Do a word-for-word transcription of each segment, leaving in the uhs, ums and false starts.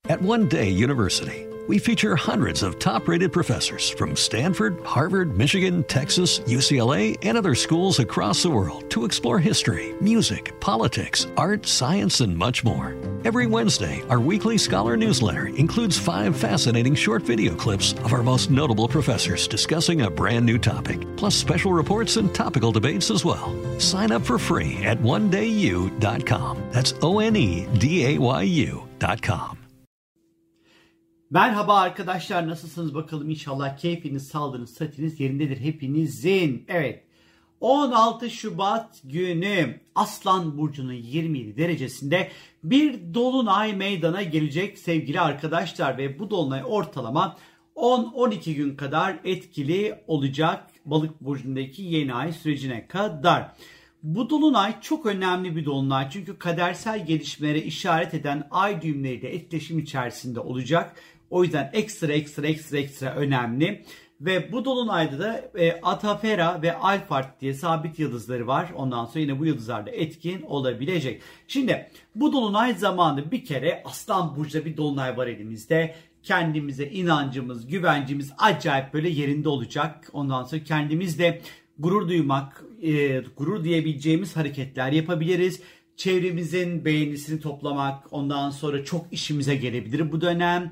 At One Day University, we feature hundreds of top-rated professors from Stanford, Harvard, Michigan, Texas, U C L A, and other schools across the world to explore history, music, politics, art, science, and much more. Every Wednesday, our weekly scholar newsletter includes five fascinating short video clips of our most notable professors discussing a brand new topic, plus special reports and topical debates as well. Sign up for free at one day u dot com. That's O N E D A Y U dot com. Merhaba arkadaşlar, nasılsınız bakalım? İnşallah keyfiniz, sağlığınız, sıhhatiniz yerindedir hepinizin. Evet, on altı Şubat günü Aslan Burcu'nun yirmi yedi derecesinde bir dolunay meydana gelecek sevgili arkadaşlar. Ve bu dolunay ortalama on on iki gün kadar etkili olacak Balık Burcu'ndaki yeni ay sürecine kadar. Bu dolunay çok önemli bir dolunay çünkü kadersel gelişmelere işaret eden ay düğümleriyle etkileşim içerisinde olacak. O yüzden ekstra ekstra ekstra ekstra önemli. Ve bu dolunayda da e, Atafera ve Alphard diye sabit yıldızları var. Ondan sonra yine bu yıldızlar da etkin olabilecek. Şimdi bu dolunay zamanı bir kere Aslan Burcu'da bir dolunay var elimizde. Kendimize inancımız, güvencimiz acayip böyle yerinde olacak. Ondan sonra kendimizle gurur duymak, e, gurur diyebileceğimiz hareketler yapabiliriz. Çevremizin beğenisini toplamak, ondan sonra çok işimize gelebilir bu dönem.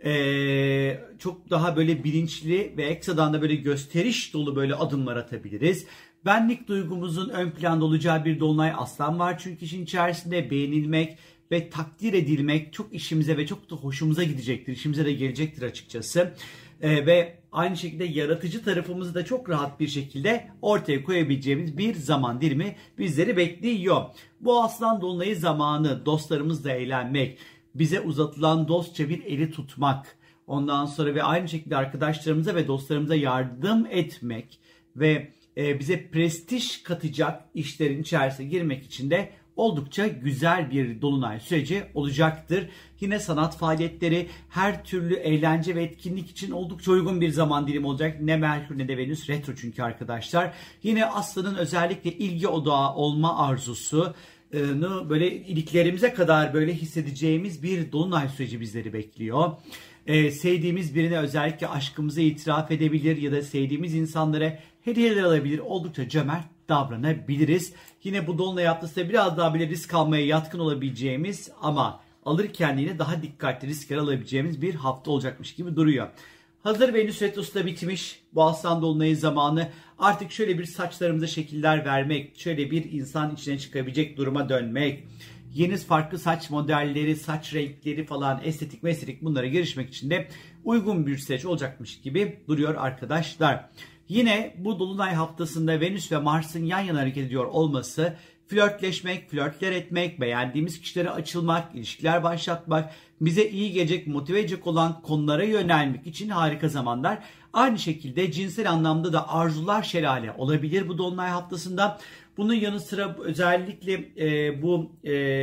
Ee, çok daha böyle bilinçli ve ekstradan da böyle gösteriş dolu böyle adımlar atabiliriz. Benlik duygumuzun ön planda olacağı bir dolunay Aslan var çünkü işin içerisinde beğenilmek ve takdir edilmek çok işimize ve çok da hoşumuza gidecektir. İşimize de gelecektir açıkçası. Ee, ve aynı şekilde yaratıcı tarafımızı da çok rahat bir şekilde ortaya koyabileceğimiz bir zaman dilimi bizleri bekliyor. Bu Aslan dolunayı zamanı dostlarımızla eğlenmek, bize uzatılan dostça bir eli tutmak, ondan sonra ve aynı şekilde arkadaşlarımıza ve dostlarımıza yardım etmek ve e, bize prestij katacak işlerin içerisine girmek için de oldukça güzel bir dolunay süreci olacaktır. Yine sanat faaliyetleri, her türlü eğlence ve etkinlik için oldukça uygun bir zaman dilimi olacak. Ne Merkür ne de Venüs retro çünkü arkadaşlar. Yine Aslan'ın özellikle ilgi odağı olma arzusu, böyle iliklerimize kadar böyle hissedeceğimiz bir dolunay süreci bizleri bekliyor. Ee, sevdiğimiz birine özellikle aşkımızı itiraf edebilir ya da sevdiğimiz insanlara hediyeler alabilir. Oldukça cömert davranabiliriz. Yine bu dolunay haftası biraz daha bile risk almaya yatkın olabileceğimiz ama alırken yine daha dikkatli riskler alabileceğimiz bir hafta olacakmış gibi duruyor. Hazır Venüs retrosu da bitmiş. Bu Aslan dolunayı zamanı artık şöyle bir saçlarımıza şekiller vermek, şöyle bir insan içine çıkabilecek duruma dönmek, yeni farklı saç modelleri, saç renkleri falan, estetik estetik bunlara girişmek için de uygun bir süreç olacakmış gibi duruyor arkadaşlar. Yine bu dolunay haftasında Venüs ve Mars'ın yan yana hareket ediyor olması, flörtleşmek, flörtler etmek, beğendiğimiz kişilere açılmak, ilişkiler başlatmak, bize iyi gelecek, motive edecek olan konulara yönelmek için harika zamanlar. Aynı şekilde cinsel anlamda da arzular şelale olabilir bu dolunay haftasında. Bunun yanı sıra özellikle e, bu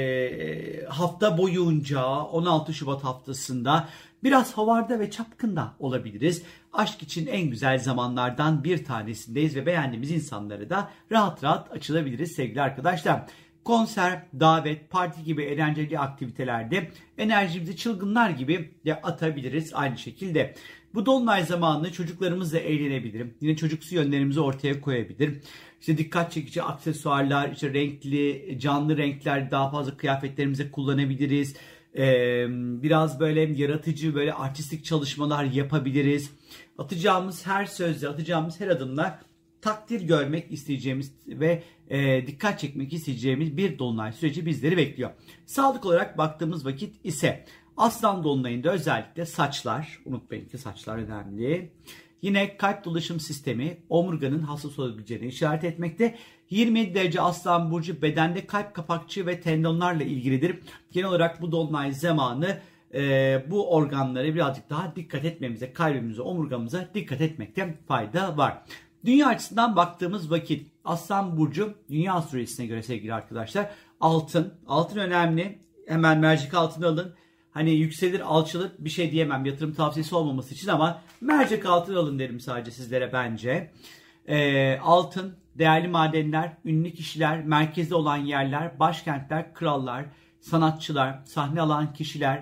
e, hafta boyunca on altı Şubat haftasında biraz havarda ve çapkında olabiliriz. Aşk için en güzel zamanlardan bir tanesindeyiz ve beğendiğimiz insanlara da rahat rahat açılabiliriz sevgili arkadaşlar. Konser, davet, parti gibi eğlenceli aktivitelerde enerjimizi çılgınlar gibi de atabiliriz aynı şekilde. Bu dolunay zamanında çocuklarımızla eğlenebilirim. Yine çocuksu yönlerimizi ortaya koyabilirim. İşte dikkat çekici aksesuarlar, işte renkli, canlı renkler daha fazla kıyafetlerimize kullanabiliriz. Ee, biraz böyle yaratıcı, böyle artistik çalışmalar yapabiliriz. Atacağımız her sözle, atacağımız her adımla takdir görmek isteyeceğimiz ve e, dikkat çekmek isteyeceğimiz bir dolunay süreci bizleri bekliyor. Sağlık olarak baktığımız vakit ise Aslan dolunayında özellikle saçlar, unutmayın ki saçlar önemli. Yine kalp dolaşım sistemi, omurganın hassas olabileceğini işaret etmekte. yirmi yedi derece Aslan Burcu bedende kalp kapakçığı ve tendonlarla ilgilidir. Genel olarak bu dolunay zamanı e, bu organlara birazcık daha dikkat etmemize, kalbimize, omurgamıza dikkat etmekte fayda var. Dünya açısından baktığımız vakit Aslan Burcu dünya astrolojisine göre sevgili arkadaşlar altın. Altın önemli. Hemen mercek altını alın. Hani yükselir alçalır bir şey diyemem yatırım tavsiyesi olmaması için ama mercek altını alın derim sadece sizlere bence. Ee, altın, değerli madenler, ünlü kişiler, merkezde olan yerler, başkentler, krallar, sanatçılar, sahne alan kişiler,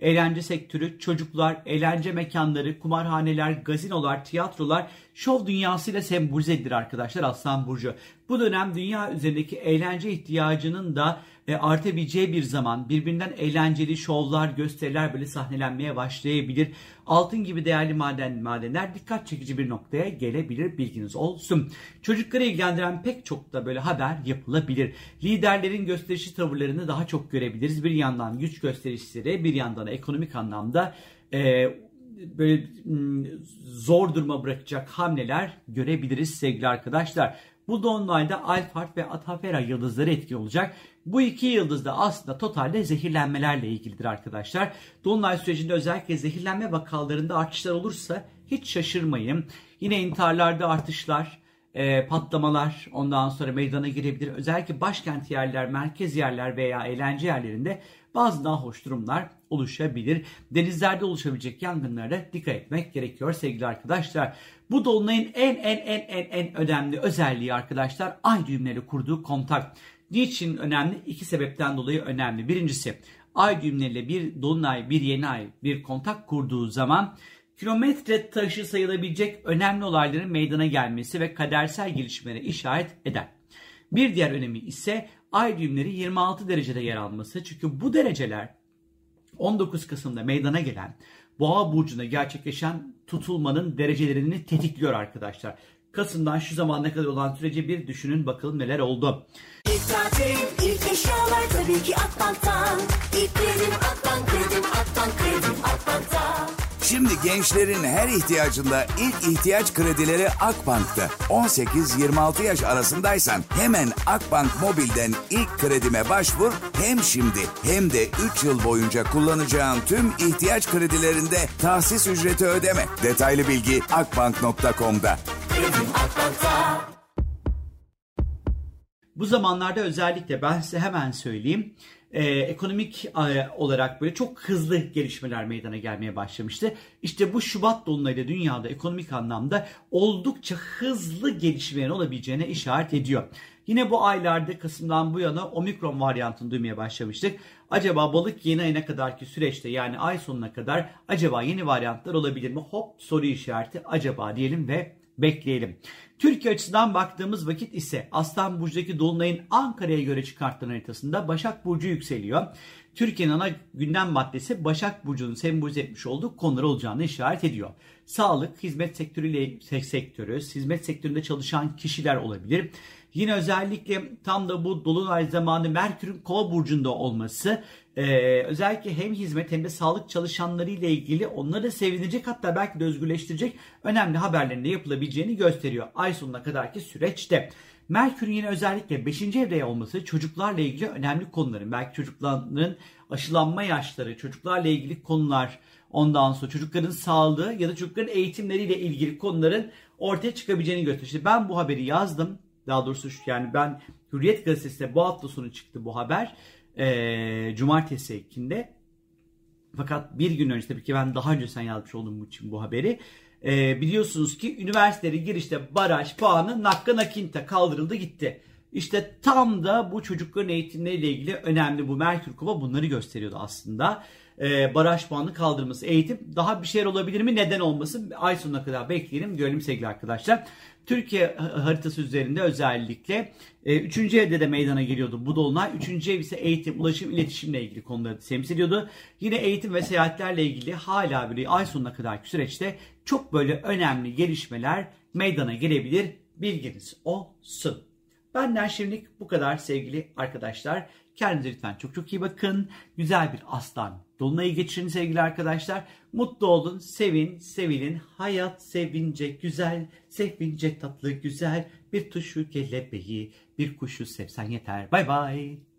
eğlence sektörü, çocuklar, eğlence mekanları, kumarhaneler, gazinolar, tiyatrolar, şov dünyasıyla sembolize edilir arkadaşlar Aslan Burcu. Bu dönem dünya üzerindeki eğlence ihtiyacının da e, artabileceği bir zaman. Birbirinden eğlenceli şovlar, gösteriler böyle sahnelenmeye başlayabilir. Altın gibi değerli maden madenler dikkat çekici bir noktaya gelebilir, bilginiz olsun. Çocukları ilgilendiren pek çok da böyle haber yapılabilir. Liderlerin gösterişi tavırlarını daha çok görebiliriz. Bir yandan güç gösterişleri, bir yandan ekonomik anlamda e, böyle zor duruma bırakacak hamleler görebiliriz sevgili arkadaşlar. Bu dolunayda Alphard ve Atafera yıldızları etkili olacak. Bu iki yıldız da aslında totalde zehirlenmelerle ilgilidir arkadaşlar. Dolunay sürecinde özellikle zehirlenme vakalarında artışlar olursa hiç şaşırmayın. Yine intiharlarda artışlar, e, patlamalar ondan sonra meydana girebilir. Özellikle başkent yerler, merkez yerler veya eğlence yerlerinde bazı daha hoş durumlar oluşabilir. Denizlerde oluşabilecek yangınlara da dikkat etmek gerekiyor sevgili arkadaşlar. Bu dolunayın en en en en en önemli özelliği arkadaşlar ay düğümleri kurduğu kontak. Niçin önemli? İki sebepten dolayı önemli. Birincisi ay düğümleriyle bir dolunay, bir yeni ay, bir kontak kurduğu zaman kilometre taşı sayılabilecek önemli olayların meydana gelmesi ve kadersel gelişmelere işaret eder. Bir diğer önemi ise ay düğümleri yirmi altı derecede yer alması. Çünkü bu dereceler on dokuz Kasım'da meydana gelen Boğa burcunda gerçekleşen tutulmanın derecelerini tetikliyor arkadaşlar. Kasım'dan şu zamana kadar olan süreci bir düşünün bakalım neler oldu. İlk tatil, ilk eşyalar tabii ki Akbank'tan. İlk kredim Akbank, kredim Akbank, kredim Akbank'tan. Şimdi gençlerin her ihtiyacında ilk ihtiyaç kredileri Akbank'ta. on sekiz yirmi altı yaş arasındaysan hemen Akbank Mobil'den ilk kredime başvur. Hem şimdi hem de üç yıl boyunca kullanacağın tüm ihtiyaç kredilerinde tahsis ücreti ödeme. Detaylı bilgi akbank nokta com'da. Kredim Akbank'tan. Bu zamanlarda özellikle ben size hemen söyleyeyim. Ee, ekonomik e, olarak böyle çok hızlı gelişmeler meydana gelmeye başlamıştı. İşte bu Şubat dolunayda dünyada ekonomik anlamda oldukça hızlı gelişmelerin olabileceğine işaret ediyor. Yine bu aylarda Kasım'dan bu yana omikron varyantını duymaya başlamıştık. Acaba balık yeni ayına kadarki süreçte yani ay sonuna kadar acaba yeni varyantlar olabilir mi? Hop soru işareti acaba diyelim ve bekleyelim. Türkiye açısından baktığımız vakit ise Aslan Burcu'daki dolunayın Ankara'ya göre çıkartılan haritasında Başak Burcu yükseliyor. Türkiye'nin ana gündem maddesi Başak Burcu'nun sembolize etmiş olduğu konular olacağını işaret ediyor. Sağlık, hizmet sektörüyle sektörü, hizmet sektöründe çalışan kişiler olabilir. Yine özellikle tam da bu dolunay zamanı Merkür'ün Kova burcunda olması e, özellikle hem hizmet hem de sağlık çalışanları ile ilgili onları sevinecek hatta belki de özgürleştirecek önemli haberlerin de yapılabileceğini gösteriyor ay sonuna kadarki süreçte. Merkür'ün yine özellikle beşinci evreye olması çocuklarla ilgili önemli konuların, belki çocukların aşılanma yaşları, çocuklarla ilgili konular, ondan sonra çocukların sağlığı ya da çocukların eğitimleriyle ilgili konuların ortaya çıkabileceğini gösteriyor. İşte ben bu haberi yazdım. Daha doğrusu yani ben Hürriyet Gazetesi'nde bu hafta sonu çıktı bu haber. Ee, Cumartesi ekinde. Fakat bir gün önce tabii ki ben daha önce sen yazmış olduğum için bu haberi. Ee, biliyorsunuz ki üniversiteli girişte baraj puanı nakka nakinta kaldırıldı gitti. İşte tam da bu çocukların eğitimleriyle ilgili önemli bu Merkür Kova bunları gösteriyordu aslında. Ee, baraj puanı kaldırması, eğitim daha bir şeyler olabilir mi? Neden olmasın? Ay sonuna kadar bekleyelim, görelim sevgili arkadaşlar. Türkiye haritası üzerinde özellikle e, üçüncü evde de meydana geliyordu bu dolunay. üçüncü ev ise eğitim, ulaşım, iletişimle ilgili konuları temsil ediyordu. Yine eğitim ve seyahatlerle ilgili hala böyle ay sonuna kadarki süreçte çok böyle önemli gelişmeler meydana gelebilir. Bilginiz olsun. Benden şimdilik bu kadar sevgili arkadaşlar. Kendinize lütfen çok çok iyi bakın. Güzel bir aslan dolunayı geçirin sevgili arkadaşlar. Mutlu olun, sevin, sevilin. Hayat sevince güzel, sevince tatlı güzel. Bir tuşu kelebeği, bir kuşu sevsen yeter. Bay bay.